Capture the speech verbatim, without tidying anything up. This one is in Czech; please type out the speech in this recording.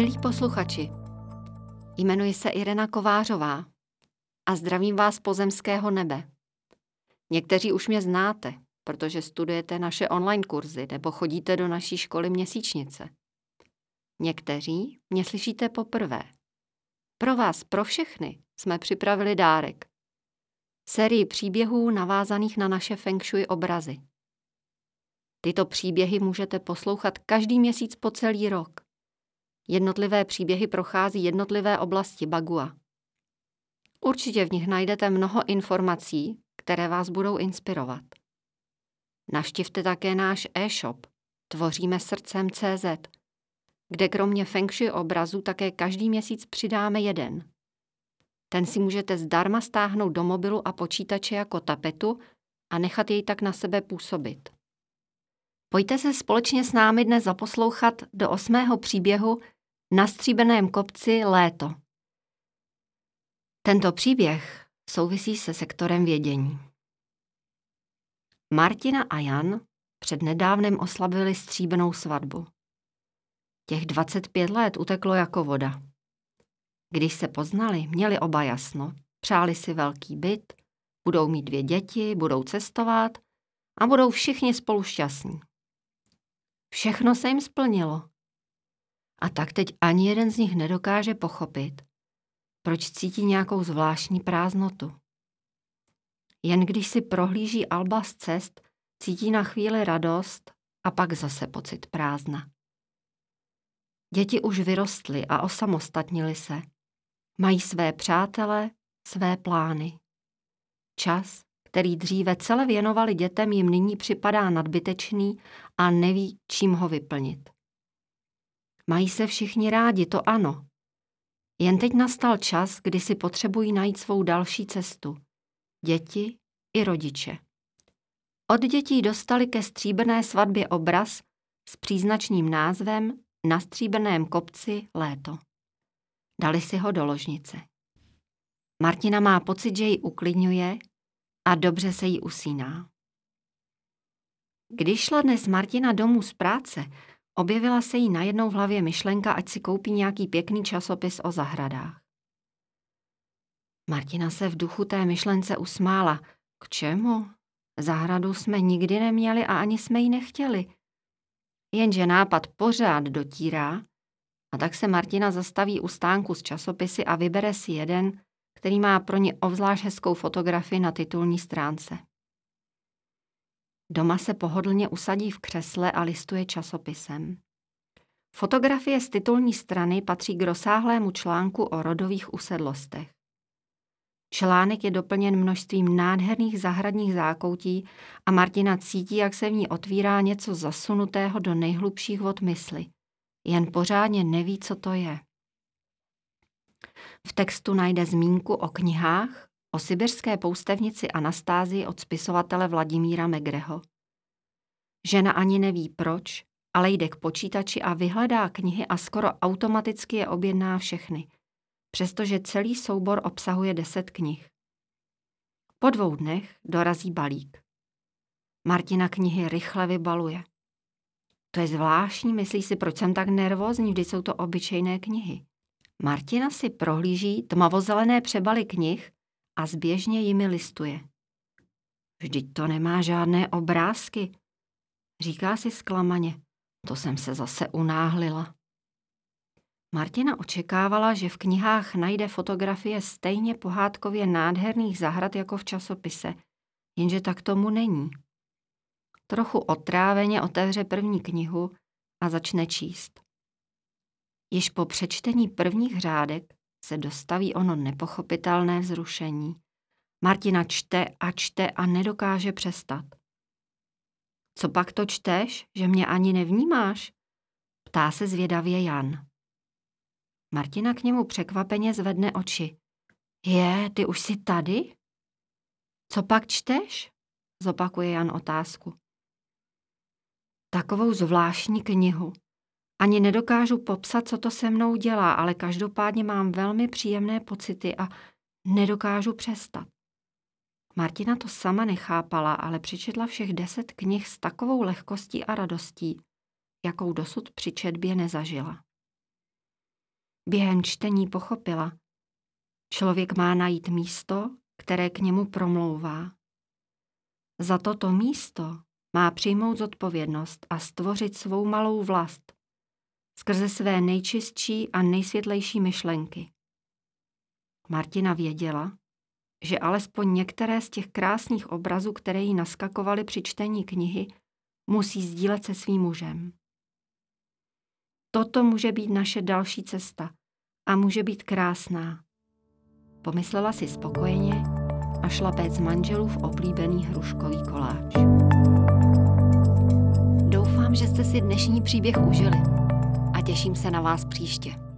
Milí posluchači, jmenuji se Irena Kovářová a zdravím vás z pozemského nebe. Někteří už mě znáte, protože studujete naše online kurzy nebo chodíte do naší školy Měsíčnice. Někteří mě slyšíte poprvé. Pro vás, pro všechny, jsme připravili dárek. Sérii příběhů navázaných na naše feng shui obrazy. Tyto příběhy můžete poslouchat každý měsíc po celý rok. Jednotlivé příběhy prochází jednotlivé oblasti Bagua. Určitě v nich najdete mnoho informací, které vás budou inspirovat. Navštivte také náš e-shop Tvoříme srdcem tečka cé zet, kde kromě feng shui obrazů také každý měsíc přidáme jeden. Ten si můžete zdarma stáhnout do mobilu a počítače jako tapetu a nechat jej tak na sebe působit. Pojďte se společně s námi dnes zaposlouchat do osmého příběhu Na stříbrném kopci léto. Tento příběh souvisí se sektorem vědění. Martina a Jan přednedávnem oslavili stříbrnou svatbu. Těch dvacet pět let uteklo jako voda. Když se poznali, měli oba jasno. Přáli si velký byt, budou mít dvě děti, budou cestovat a budou všichni spolu šťastní. Všechno se jim splnilo. A tak teď ani jeden z nich nedokáže pochopit, proč cítí nějakou zvláštní prázdnotu. Jen když si prohlíží alba z cest, cítí na chvíli radost a pak zase pocit prázdna. Děti už vyrostly a osamostatnili se. Mají své přátele, své plány. Čas, který dříve celé věnovali dětem, jim nyní připadá nadbytečný a neví, čím ho vyplnit. Mají se všichni rádi, to ano. Jen teď nastal čas, kdy si potřebují najít svou další cestu. Děti i rodiče. Od dětí dostali ke stříbrné svatbě obraz s příznačným názvem Na stříbrném kopci léto. Dali si ho do ložnice. Martina má pocit, že ji uklidňuje a dobře se jí usíná. Když šla dnes Martina domů z práce, objevila se jí najednou v hlavě myšlenka, ať si koupí nějaký pěkný časopis o zahradách. Martina se v duchu té myšlence usmála. K čemu? Zahradu jsme nikdy neměli a ani jsme ji nechtěli. Jenže nápad pořád dotírá, a tak se Martina zastaví u stánku s časopisy a vybere si jeden, který má pro ně obzvlášť hezkou fotografii na titulní stránce. Doma se pohodlně usadí v křesle a listuje časopisem. Fotografie z titulní strany patří k rozsáhlému článku o rodových usedlostech. Článek je doplněn množstvím nádherných zahradních zákoutí a Martina cítí, jak se v ní otvírá něco zasunutého do nejhlubších vod mysli. Jen pořádně neví, co to je. V textu najde zmínku o knihách, o sibirské poustevnici Anastázii od spisovatele Vladimíra Megreho. Žena ani neví proč, ale jde k počítači a vyhledá knihy a skoro automaticky je objedná všechny, přestože celý soubor obsahuje deset knih. Po dvou dnech dorazí balík. Martina knihy rychle vybaluje. To je zvláštní, myslí si, proč jsem tak nervózní, vždyť jsou to obyčejné knihy. Martina si prohlíží tmavozelené přebaly knih a zběžně jimi listuje. Vždyť to nemá žádné obrázky, říká si zklamaně. To jsem se zase unáhlila. Martina očekávala, že v knihách najde fotografie stejně pohádkově nádherných zahrad jako v časopise, jenže tak tomu není. Trochu otráveně otevře první knihu a začne číst. Již po přečtení prvních řádek se dostaví ono nepochopitelné vzrušení. Martina čte a čte a nedokáže přestat. Co pak to čteš, že mě ani nevnímáš? Ptá se zvědavě Jan. Martina k němu překvapeně zvedne oči. Je, ty už jsi tady? Co pak čteš? Zopakuje Jan otázku. Takovou zvláštní knihu. Ani nedokážu popsat, co to se mnou dělá, ale každopádně mám velmi příjemné pocity a nedokážu přestat. Martina to sama nechápala, ale přečetla všech deset knih s takovou lehkostí a radostí, jakou dosud při četbě nezažila. Během čtení pochopila, člověk má najít místo, které k němu promlouvá. Za toto místo má přijmout zodpovědnost a stvořit svou malou vlast skrze své nejčistší a nejsvětlejší myšlenky. Martina věděla, že alespoň některé z těch krásných obrazů, které jí naskakovaly při čtení knihy, musí sdílet se svým mužem. Toto může být naše další cesta a může být krásná. Pomyslela si spokojeně a šla péct manželův oblíbený hruškový koláč. Doufám, že jste si dnešní příběh užili a těším se na vás příště.